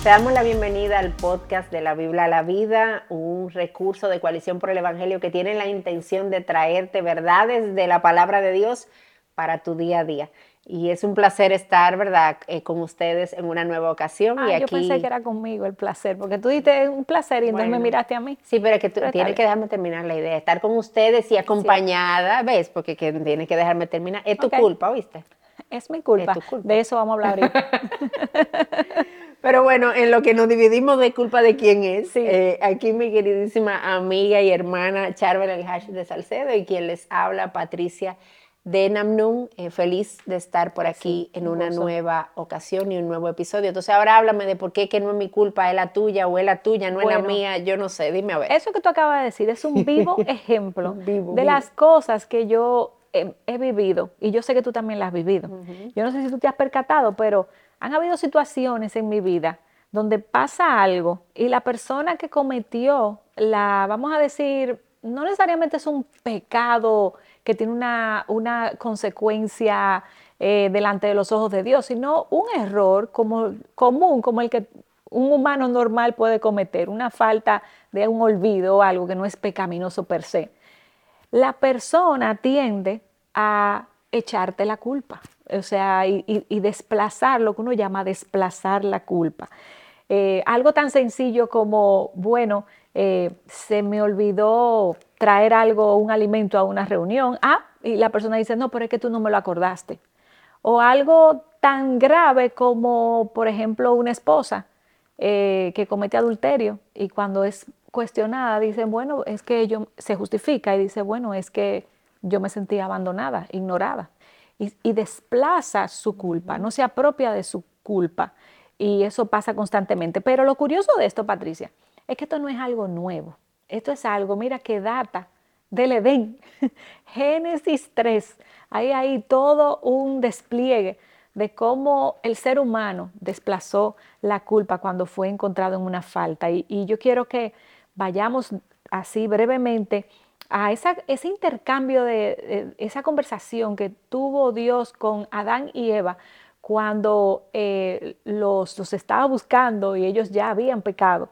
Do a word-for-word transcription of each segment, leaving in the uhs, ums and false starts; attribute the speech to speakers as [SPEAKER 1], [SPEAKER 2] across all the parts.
[SPEAKER 1] Te damos la bienvenida al podcast de la Biblia a la Vida, un recurso de Coalición por el Evangelio que tiene la intención de traerte verdades de la palabra de Dios para tu día a día. Y es un placer estar, ¿verdad?, eh, con ustedes en una nueva ocasión.
[SPEAKER 2] Ah,
[SPEAKER 1] y aquí...
[SPEAKER 2] yo pensé que era conmigo el placer, porque tú dijiste un placer y entonces
[SPEAKER 1] Bueno,
[SPEAKER 2] me miraste a mí.
[SPEAKER 1] sí, pero es que tú
[SPEAKER 2] Pero está
[SPEAKER 1] tienes
[SPEAKER 2] bien.
[SPEAKER 1] que dejarme terminar la idea, estar con ustedes y acompañada, ¿ves? Porque que tienes que dejarme terminar. Es tu
[SPEAKER 2] Ok,
[SPEAKER 1] culpa, ¿oíste?
[SPEAKER 2] es mi
[SPEAKER 1] Es
[SPEAKER 2] culpa.
[SPEAKER 1] tu culpa.
[SPEAKER 2] De eso vamos a hablar ahorita.
[SPEAKER 1] Pero bueno, en lo que nos dividimos de culpa de quién es,
[SPEAKER 2] Sí,
[SPEAKER 1] eh, aquí mi queridísima amiga y hermana Charbel El Hash de Salcedo y quien les habla, Patricia de Namnum, eh, feliz de estar por
[SPEAKER 2] sí,
[SPEAKER 1] aquí en
[SPEAKER 2] un
[SPEAKER 1] una
[SPEAKER 2] gozo.
[SPEAKER 1] nueva ocasión y un nuevo episodio. Entonces ahora háblame de por qué que no es mi culpa, es la tuya o es la tuya, no es la
[SPEAKER 2] Bueno,
[SPEAKER 1] mía, yo no sé, dime a ver.
[SPEAKER 2] eso que tú acabas de decir es un vivo ejemplo
[SPEAKER 1] Vivo,
[SPEAKER 2] de
[SPEAKER 1] vivo.
[SPEAKER 2] las cosas que yo he, he vivido y yo sé que tú también las has vivido.
[SPEAKER 1] Uh-huh.
[SPEAKER 2] Yo no sé si tú te has percatado, pero han habido situaciones en mi vida donde pasa algo y la persona que cometió la, vamos a decir, no necesariamente es un pecado que tiene una, una consecuencia eh, delante de los ojos de Dios, sino un error como, común, como el que un humano normal puede cometer, una falta de un olvido o algo que no es pecaminoso per se. La persona tiende a echarte la culpa, o sea, y, y, y desplazar lo que uno llama desplazar la culpa. Eh, algo tan sencillo como, bueno, eh, se me olvidó traer algo, un alimento a una reunión. Ah, y la persona dice, no, pero es que tú no me lo acordaste. O algo tan grave como, por ejemplo, una esposa eh, que comete adulterio y cuando es cuestionada dicen, bueno, es que yo, se justifica y dice, bueno, es que yo me sentía abandonada, ignorada. Y, y desplaza su culpa, no se apropia de su culpa. Y eso pasa constantemente. Pero lo curioso de esto, Patricia, es que esto no es algo nuevo. Esto es algo, mira, que data del Edén. Génesis tres. Hay ahí todo un despliegue de cómo el ser humano desplazó la culpa cuando fue encontrado en una falta. Y, y yo quiero que vayamos así brevemente a esa, ese intercambio de, de esa conversación que tuvo Dios con Adán y Eva cuando eh, los, los estaba buscando y ellos ya habían pecado.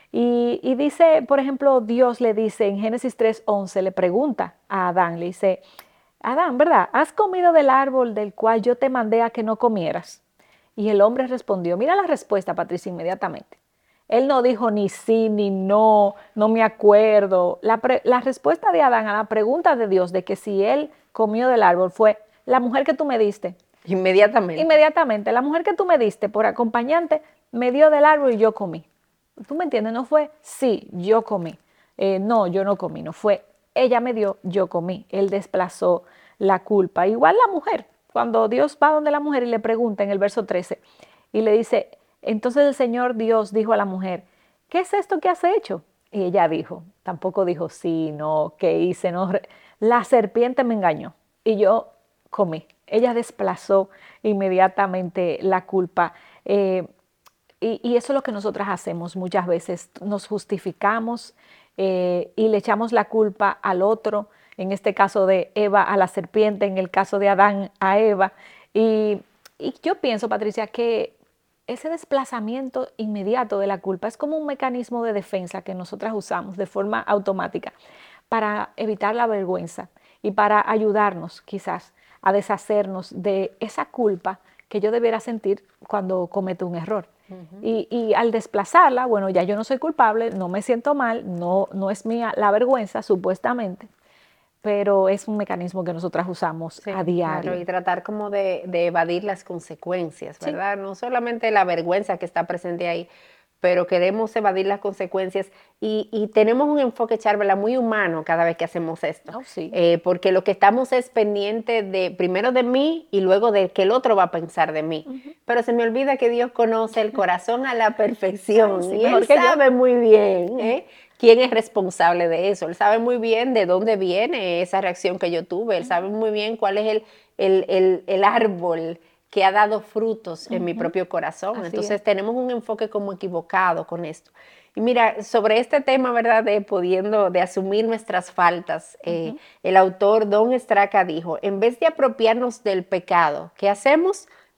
[SPEAKER 2] Y, y dice, por ejemplo, Dios le dice en Génesis tres once, le pregunta a Adán, le dice, Adán, ¿verdad? ¿Has comido del árbol del cual yo te mandé a que no comieras? Y el hombre respondió, mira la respuesta, Patricia, inmediatamente. Él no dijo ni sí ni no, no me acuerdo. La, pre, la respuesta de Adán a la pregunta de Dios de que si él comió del árbol fue, la mujer que tú me diste.
[SPEAKER 1] Inmediatamente.
[SPEAKER 2] Inmediatamente, la mujer que tú me diste por acompañante me dio del árbol y yo comí. ¿Tú me entiendes? No fue, sí, yo comí. Eh, no, yo no comí. No fue, ella me dio, yo comí. Él desplazó la culpa. Igual la mujer. Cuando Dios va donde la mujer y le pregunta en el verso trece y le dice, entonces el Señor Dios dijo a la mujer, ¿qué es esto que has hecho? Y ella dijo, tampoco dijo sí, no, ¿qué hice? No, la serpiente me engañó y yo comí. Ella desplazó inmediatamente la culpa. Eh, y, y eso es lo que nosotras hacemos muchas veces. Nos justificamos eh, y le echamos la culpa al otro, en este caso de Eva a la serpiente, en el caso de Adán a Eva. Y, y yo pienso, Patricia, que ese desplazamiento inmediato de la culpa es como un mecanismo de defensa que nosotras usamos de forma automática para evitar la vergüenza y para ayudarnos quizás a deshacernos de esa culpa que yo debiera sentir cuando cometo un error. Uh-huh. y, y al desplazarla, bueno, ya yo no soy culpable, no me siento mal, no, no es mía la vergüenza, supuestamente, pero es un mecanismo que nosotras usamos
[SPEAKER 1] sí,
[SPEAKER 2] a diario.
[SPEAKER 1] Claro, y tratar como de, de evadir las consecuencias, ¿verdad? Sí. No solamente la vergüenza que está presente ahí, pero queremos evadir las consecuencias y, y tenemos un enfoque, Charbel, muy humano cada vez que hacemos esto.
[SPEAKER 2] Oh, sí.
[SPEAKER 1] eh, porque lo que estamos es pendiente de primero de mí y luego de que el otro va a pensar de mí. Uh-huh. Pero se me olvida que Dios conoce el corazón a la perfección. Ay, sí, y Él sabe yo. muy bien ¿eh? quién es responsable de eso. Él sabe muy bien de dónde viene esa reacción que yo tuve. Él uh-huh. sabe muy bien cuál es el, el, el, el árbol que ha dado frutos uh-huh. en mi propio corazón. Así Entonces es. tenemos un enfoque como equivocado con esto. Y mira, sobre este tema, ¿verdad?, de pudiendo, de asumir nuestras faltas, uh-huh. eh, el autor Don Straka dijo, en vez de apropiarnos del pecado, ¿qué hacemos?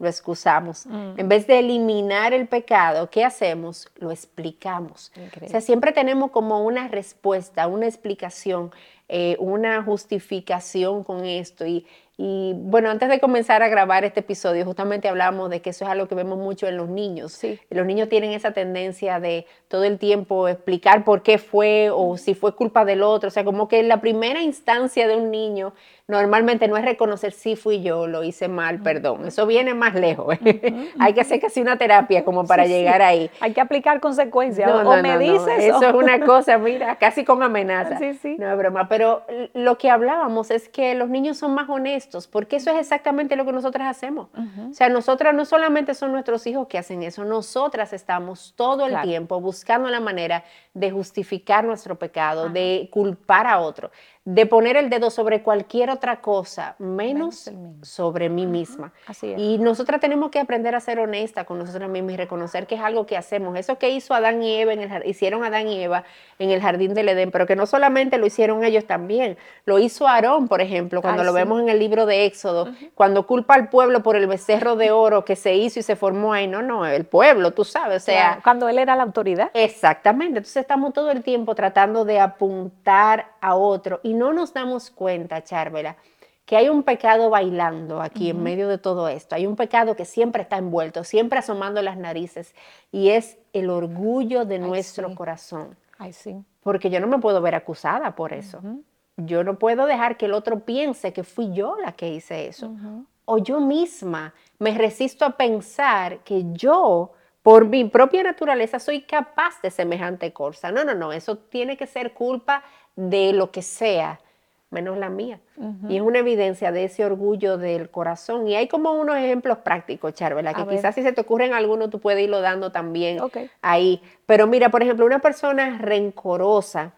[SPEAKER 1] lo excusamos.
[SPEAKER 2] Mm.
[SPEAKER 1] En vez de eliminar el pecado, ¿qué hacemos? Lo explicamos.
[SPEAKER 2] Increíble.
[SPEAKER 1] O sea, siempre tenemos como una respuesta, una explicación, eh, una justificación con esto. Y, y bueno, antes de comenzar a grabar este episodio, justamente hablábamos de que eso es algo que vemos mucho en los niños.
[SPEAKER 2] Sí.
[SPEAKER 1] Los niños tienen esa tendencia de todo el tiempo explicar por qué fue o si fue culpa del otro. O sea, como que la primera instancia de un niño normalmente no es reconocer si fui yo, lo hice mal, perdón. Eso viene más lejos. Hay que hacer casi una terapia como para
[SPEAKER 2] Sí,
[SPEAKER 1] llegar
[SPEAKER 2] sí.
[SPEAKER 1] ahí.
[SPEAKER 2] Hay que aplicar consecuencias.
[SPEAKER 1] No,
[SPEAKER 2] o
[SPEAKER 1] no,
[SPEAKER 2] me
[SPEAKER 1] no, no.
[SPEAKER 2] dices
[SPEAKER 1] Eso
[SPEAKER 2] o...
[SPEAKER 1] es una cosa, mira, casi con amenaza.
[SPEAKER 2] Sí, sí.
[SPEAKER 1] No es broma, pero lo que hablábamos es que los niños son más honestos, porque eso es exactamente lo que nosotras hacemos.
[SPEAKER 2] Ujú.
[SPEAKER 1] O sea, nosotras no solamente son nuestros hijos que hacen eso, nosotras estamos todo el
[SPEAKER 2] Claro.
[SPEAKER 1] tiempo buscando la manera de justificar nuestro pecado,
[SPEAKER 2] Ajá.
[SPEAKER 1] de culpar a otro, de poner el dedo sobre cualquier otra cosa, menos
[SPEAKER 2] Menos el mismo.
[SPEAKER 1] sobre mí misma.
[SPEAKER 2] Así es.
[SPEAKER 1] Y nosotras tenemos que aprender a ser honestas con nosotras mismas y reconocer que es algo que hacemos. Eso que hizo Adán y Eva en el jar- hicieron Adán y Eva en el jardín del Edén, pero que no solamente lo hicieron ellos también, lo hizo Aarón, por ejemplo, cuando
[SPEAKER 2] Ay,
[SPEAKER 1] lo
[SPEAKER 2] sí.
[SPEAKER 1] vemos en el libro de Éxodo, cuando culpa al pueblo por el becerro de oro que se hizo y se formó ahí. No, no, el pueblo, tú sabes, o sea,
[SPEAKER 2] Claro, cuando él era la autoridad.
[SPEAKER 1] exactamente, entonces estamos todo el tiempo tratando de apuntar a otro y no nos damos cuenta, Charvela, que hay un pecado bailando aquí en medio de todo esto. Hay un pecado que siempre está envuelto, siempre asomando las narices y es el orgullo de
[SPEAKER 2] Ay,
[SPEAKER 1] nuestro
[SPEAKER 2] sí.
[SPEAKER 1] corazón.
[SPEAKER 2] Ay, sí.
[SPEAKER 1] Porque yo no me puedo ver acusada por eso.
[SPEAKER 2] Ujú.
[SPEAKER 1] Yo no puedo dejar que el otro piense que fui yo la que hice eso.
[SPEAKER 2] Ujú.
[SPEAKER 1] O yo misma me resisto a pensar que yo, por mi propia naturaleza, soy capaz de semejante cosa. No, no, no, eso tiene que ser culpa de lo que sea, menos la mía.
[SPEAKER 2] Ujú.
[SPEAKER 1] Y es una evidencia de ese orgullo del corazón. Y hay como unos ejemplos prácticos, Charvela, que
[SPEAKER 2] A ver.
[SPEAKER 1] quizás si se te ocurren algunos tú puedes irlo dando también
[SPEAKER 2] Ok.
[SPEAKER 1] ahí. Pero mira, por ejemplo, una persona rencorosa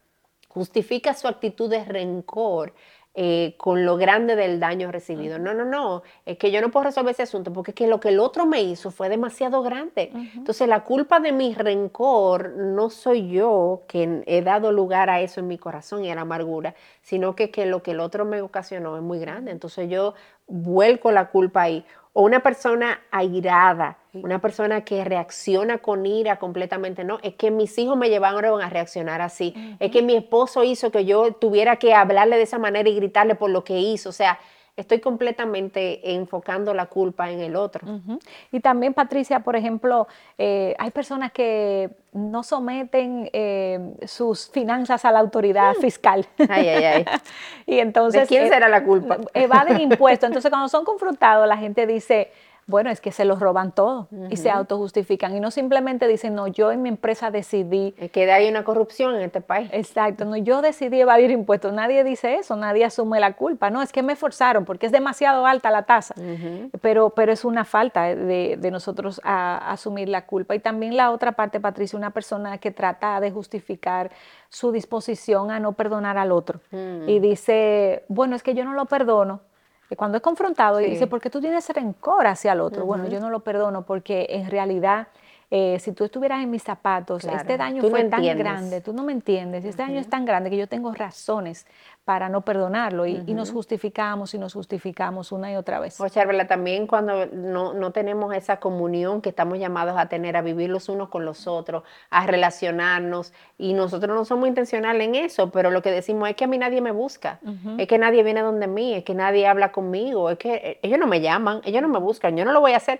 [SPEAKER 1] justifica su actitud de rencor eh, con lo grande del daño recibido. No, no, no, es que yo no puedo resolver ese asunto porque es que lo que el otro me hizo fue demasiado grande. Entonces la culpa de mi rencor no soy yo que he dado lugar a eso en mi corazón y a la amargura, sino que, que lo que el otro me ocasionó es muy grande. Entonces yo vuelco la culpa ahí. O una persona airada, una persona que reacciona con ira completamente, no, es que mis hijos me llevaron a reaccionar así, uh-huh. Es que mi esposo hizo que yo tuviera que hablarle de esa manera y gritarle por lo que hizo, o sea, estoy completamente enfocando la culpa en el otro.
[SPEAKER 2] Uh-huh. Y también, Patricia, por ejemplo, eh, hay personas que no someten eh, sus finanzas a la autoridad mm. fiscal.
[SPEAKER 1] Ay, ay, ay.
[SPEAKER 2] Y entonces,
[SPEAKER 1] ¿de quién eh, será la culpa?
[SPEAKER 2] Evaden impuestos. Entonces, cuando son confrontados, la gente dice, bueno, es que se los roban todo uh-huh. y se autojustifican. Y no simplemente dicen, no, yo en mi empresa decidí.
[SPEAKER 1] Es que hay una corrupción en este país.
[SPEAKER 2] Exacto, no, yo decidí evadir impuestos. Nadie dice eso, nadie asume la culpa. No, es que me forzaron porque es demasiado alta la tasa. Uh-huh. Pero, pero es una falta de, de nosotros a, a asumir la culpa. Y también la otra parte, Patricia, una persona que trata de justificar su disposición a no perdonar al otro. Uh-huh. Y dice, bueno, es que yo no lo perdono. Cuando es confrontado sí. y dice, ¿por qué tú tienes rencor hacia el otro? Uh-huh. Bueno, yo no lo perdono porque en realidad, eh, si tú estuvieras en mis zapatos, claro. este daño
[SPEAKER 1] tú
[SPEAKER 2] fue
[SPEAKER 1] no
[SPEAKER 2] tan
[SPEAKER 1] entiendes.
[SPEAKER 2] grande, tú no me entiendes, uh-huh. este daño es tan grande que yo tengo razones para no perdonarlo y, uh-huh. y nos justificamos y nos justificamos una y otra vez.
[SPEAKER 1] O Charvela, también cuando no, no tenemos esa comunión que estamos llamados a tener, a vivir los unos con los otros, a relacionarnos, y nosotros no somos intencionales en eso, pero lo que decimos es que a mí nadie me busca, uh-huh. es que nadie viene donde mí, es que nadie habla conmigo, es que ellos no me llaman, ellos no me buscan, yo no lo voy a hacer.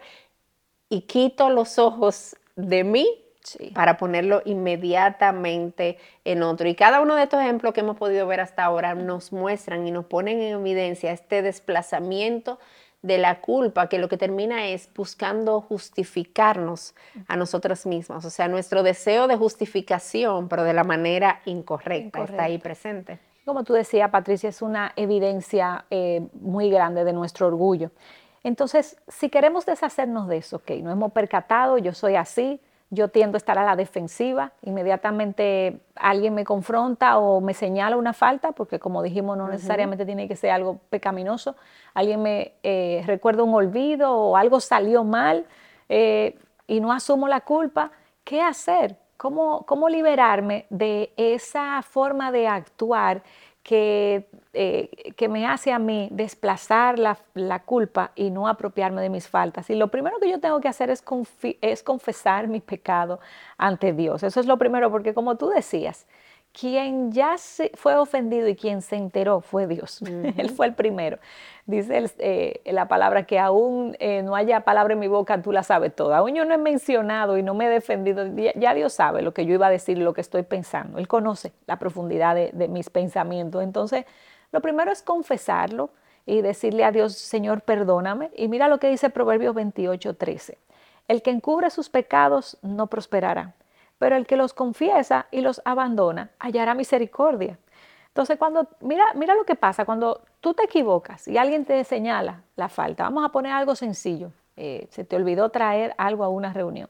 [SPEAKER 1] Y quito los ojos de mí sí. para ponerlo inmediatamente en otro. Y cada uno de estos ejemplos que hemos podido ver hasta ahora nos muestran y nos ponen en evidencia este desplazamiento de la culpa, que lo que termina es buscando justificarnos a nosotras mismas. O sea, nuestro deseo de justificación, pero de la manera incorrecta, incorrecta. Está ahí presente.
[SPEAKER 2] Como tú decías, Patricia, es una evidencia eh, muy grande de nuestro orgullo. Entonces, si queremos deshacernos de eso, ok, nos hemos percatado, yo soy así, yo tiendo a estar a la defensiva, inmediatamente alguien me confronta o me señala una falta, porque como dijimos, no uh-huh. necesariamente tiene que ser algo pecaminoso, alguien me eh, recuerda un olvido o algo salió mal eh, y no asumo la culpa, ¿qué hacer? ¿Cómo, cómo liberarme de esa forma de actuar que, eh, que me hace a mí desplazar la, la culpa y no apropiarme de mis faltas. Y lo primero que yo tengo que hacer es, confi es confesar mi pecado ante Dios. Eso es lo primero, porque como tú decías, quien ya se fue ofendido y quien se enteró fue Dios. Uh-huh. Él fue el primero. Dice el, eh, la palabra que aún eh, no haya palabra en mi boca, tú la sabes toda. Aún yo no he mencionado y no me he defendido, ya Dios sabe lo que yo iba a decir, lo que estoy pensando. Él conoce la profundidad de, de mis pensamientos. Entonces, lo primero es confesarlo y decirle a Dios, Señor, perdóname. Y mira lo que dice Proverbios veintiocho, trece. El que encubre sus pecados no prosperará, pero el que los confiesa y los abandona hallará misericordia. Entonces, cuando, mira, mira lo que pasa cuando tú te equivocas y alguien te señala la falta. Vamos a poner algo sencillo. Eh, se te olvidó traer algo a una reunión.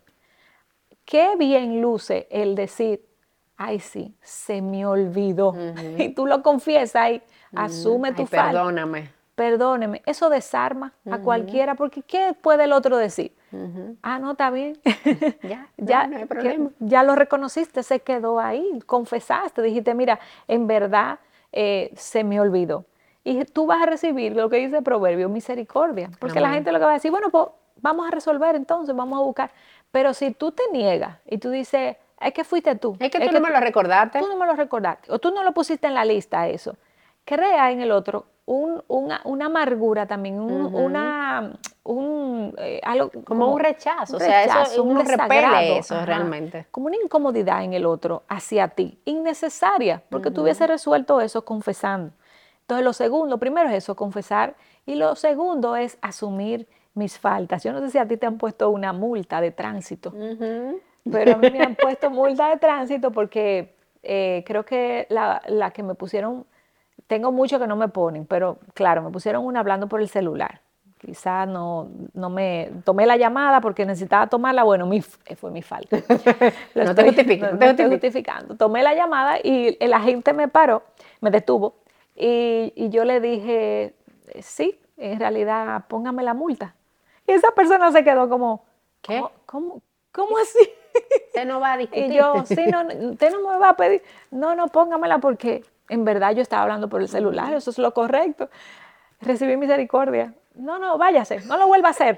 [SPEAKER 2] Qué bien luce el decir, ay sí, se me olvidó. Uh-huh. Y tú lo confiesas y uh-huh. asume tu
[SPEAKER 1] ay,
[SPEAKER 2] falta.
[SPEAKER 1] Perdóname.
[SPEAKER 2] Perdóneme. Eso desarma uh-huh. a cualquiera, porque ¿qué puede el otro decir? Uh-huh. Ah, no, está bien.
[SPEAKER 1] ya,
[SPEAKER 2] ya,
[SPEAKER 1] no, no hay problema.
[SPEAKER 2] Que, ya lo reconociste, se quedó ahí, confesaste, dijiste, mira, en verdad eh, se me olvidó. Y tú vas a recibir lo que dice el proverbio, misericordia. Porque Amén. La gente lo que va a decir, bueno, pues vamos a resolver entonces, vamos a buscar. Pero si tú te niegas y tú dices, es que fuiste tú.
[SPEAKER 1] Es que
[SPEAKER 2] es
[SPEAKER 1] tú
[SPEAKER 2] que
[SPEAKER 1] no me lo recordaste.
[SPEAKER 2] Tú no me lo recordaste. O tú no lo pusiste en la lista eso. Crea en el otro un, una, una amargura también, un, uh-huh. una, un, eh, algo,
[SPEAKER 1] como,
[SPEAKER 2] como
[SPEAKER 1] un rechazo,
[SPEAKER 2] un
[SPEAKER 1] o sea,
[SPEAKER 2] rechazo,
[SPEAKER 1] eso, uno
[SPEAKER 2] un desagrado,
[SPEAKER 1] repele eso
[SPEAKER 2] ajá,
[SPEAKER 1] realmente.
[SPEAKER 2] como una incomodidad en el otro hacia ti, innecesaria, porque uh-huh. tú hubieses resuelto eso confesando. Entonces, lo segundo, primero es eso, confesar, y lo segundo es asumir mis faltas. Yo no sé si a ti te han puesto una multa de tránsito, uh-huh. pero a mí me han puesto multa de tránsito porque eh, creo que la, la que me pusieron, tengo mucho que no me ponen, pero claro, me pusieron una hablando por el celular. Quizás no, no me tomé la llamada porque necesitaba tomarla, bueno, mi, fue mi falta.
[SPEAKER 1] no estoy, te justifico,
[SPEAKER 2] no,
[SPEAKER 1] no te
[SPEAKER 2] no estoy justificando. Tomé la llamada y el agente me paró, me detuvo y, y yo le dije, sí, en realidad póngame la multa. Y esa persona se quedó como,
[SPEAKER 1] ¿qué?
[SPEAKER 2] ¿Cómo, cómo, cómo así?
[SPEAKER 1] Usted no va a discutir.
[SPEAKER 2] Y yo, sí, no, usted no me va a pedir, no, no, póngamela porque en verdad yo estaba hablando por el celular, uh-huh. eso es lo correcto. Recibí misericordia. No, no, váyase, no lo vuelva a hacer.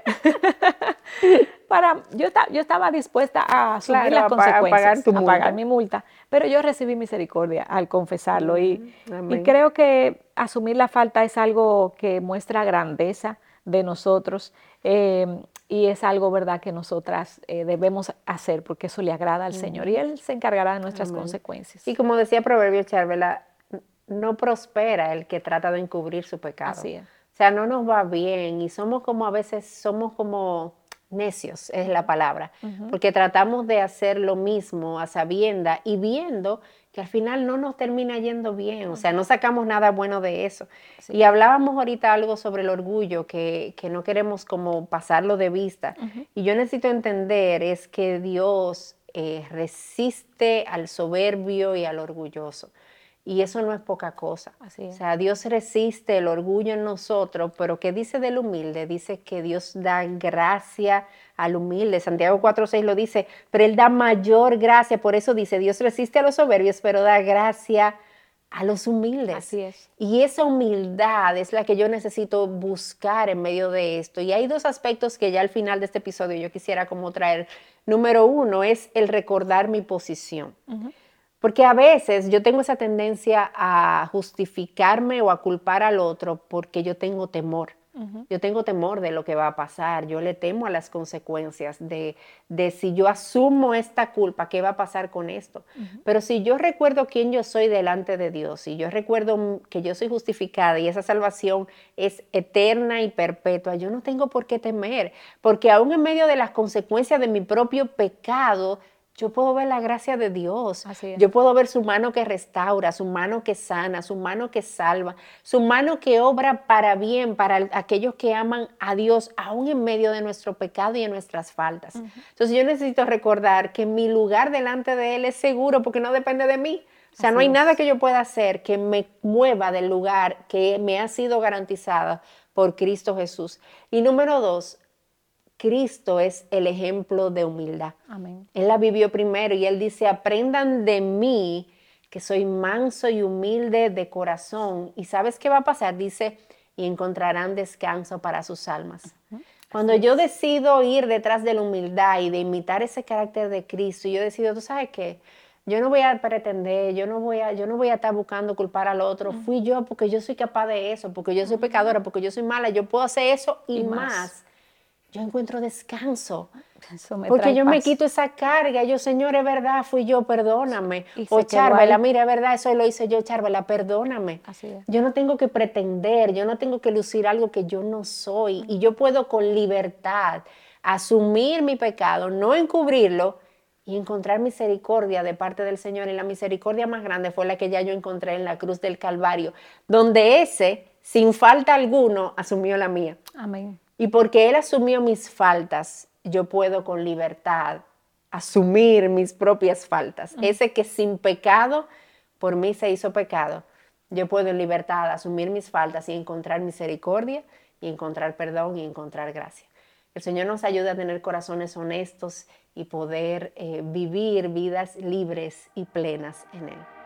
[SPEAKER 2] Para, yo, ta, yo estaba dispuesta a asumir
[SPEAKER 1] claro,
[SPEAKER 2] las
[SPEAKER 1] a
[SPEAKER 2] consecuencias,
[SPEAKER 1] a pagar, tu
[SPEAKER 2] a
[SPEAKER 1] multa.
[SPEAKER 2] pagar mi multa, pero yo recibí misericordia al confesarlo uh-huh. y,
[SPEAKER 1] Amén.
[SPEAKER 2] y creo que asumir la falta es algo que muestra grandeza de nosotros eh, y es algo, ¿verdad?, que nosotras eh, debemos hacer porque eso le agrada al uh-huh. Señor y Él se encargará de nuestras Amén. Consecuencias.
[SPEAKER 1] Y como decía Proverbio Charvela, no prospera el que trata de encubrir su pecado.
[SPEAKER 2] Así es.
[SPEAKER 1] O sea, no nos va bien y somos como a veces, somos como necios, es la palabra, uh-huh. porque tratamos de hacer lo mismo a sabienda y viendo que al final no nos termina yendo bien, uh-huh. o sea, no sacamos nada bueno de eso. Sí. Y hablábamos ahorita algo sobre el orgullo, que, que no queremos como pasarlo de vista. Uh-huh. Y yo necesito entender es que Dios eh, resiste al soberbio y al orgulloso. Y eso no es poca cosa.
[SPEAKER 2] Así es.
[SPEAKER 1] O sea, Dios resiste el orgullo en nosotros, pero ¿qué dice del humilde? Dice que Dios da gracia al humilde. Santiago cuatro seis lo dice, pero Él da mayor gracia. Por eso dice, Dios resiste a los soberbios, pero da gracia a los humildes.
[SPEAKER 2] Así es.
[SPEAKER 1] Y esa humildad es la que yo necesito buscar en medio de esto. Y hay dos aspectos que ya al final de este episodio yo quisiera como traer. Número uno es el recordar mi posición. Uh-huh. Porque a veces yo tengo esa tendencia a justificarme o a culpar al otro porque yo tengo temor. Uh-huh. Yo tengo temor de lo que va a pasar. Yo le temo a las consecuencias de, de si yo asumo esta culpa, ¿qué va a pasar con esto? Uh-huh. Pero si yo recuerdo quién yo soy delante de Dios, si yo recuerdo que yo soy justificada y esa salvación es eterna y perpetua, yo no tengo por qué temer. Porque aún en medio de las consecuencias de mi propio pecado, yo puedo ver la gracia de Dios, yo puedo ver su mano que restaura, su mano que sana, su mano que salva, su mano que obra para bien, para aquellos que aman a Dios, aún en medio de nuestro pecado y de nuestras faltas. Uh-huh. Entonces yo necesito recordar que mi lugar delante de Él es seguro porque no depende de mí. O sea, Así no hay es. Nada que yo pueda hacer que me mueva del lugar que me ha sido garantizado por Cristo Jesús. Y número dos, Cristo es el ejemplo de humildad.
[SPEAKER 2] Amén.
[SPEAKER 1] Él la vivió primero y Él dice, aprendan de mí, que soy manso y humilde de corazón. ¿Y sabes qué va a pasar? Dice, y encontrarán descanso para sus almas. Uh-huh. Cuando Así yo es. decido ir detrás de la humildad y de imitar ese carácter de Cristo, y yo decido, ¿tú sabes qué? Yo no voy a pretender, yo no voy a, yo no voy a estar buscando culpar al otro. Uh-huh. Fui yo porque yo soy capaz de eso, porque yo soy uh-huh. pecadora, porque yo soy mala, yo puedo hacer eso y, y más. más. Yo encuentro descanso. Eso me porque yo paz. me quito esa carga. Yo, Señor, es verdad, fui yo, perdóname. O Charvela, mira, es verdad, eso lo hice yo, Charvela, perdóname. Así es. Yo no tengo que pretender, yo no tengo que lucir algo que yo no soy. Uh-huh. Y yo puedo con libertad asumir mi pecado, no encubrirlo y encontrar misericordia de parte del Señor. Y la misericordia más grande fue la que ya yo encontré en la cruz del Calvario, donde ese, sin falta alguno, asumió la mía.
[SPEAKER 2] Amén.
[SPEAKER 1] Y porque Él asumió mis faltas, yo puedo con libertad asumir mis propias faltas. Uh-huh. Ese que sin pecado, por mí se hizo pecado, yo puedo en libertad asumir mis faltas y encontrar misericordia, y encontrar perdón y encontrar gracia. El Señor nos ayuda a tener corazones honestos y poder eh, vivir vidas libres y plenas en Él.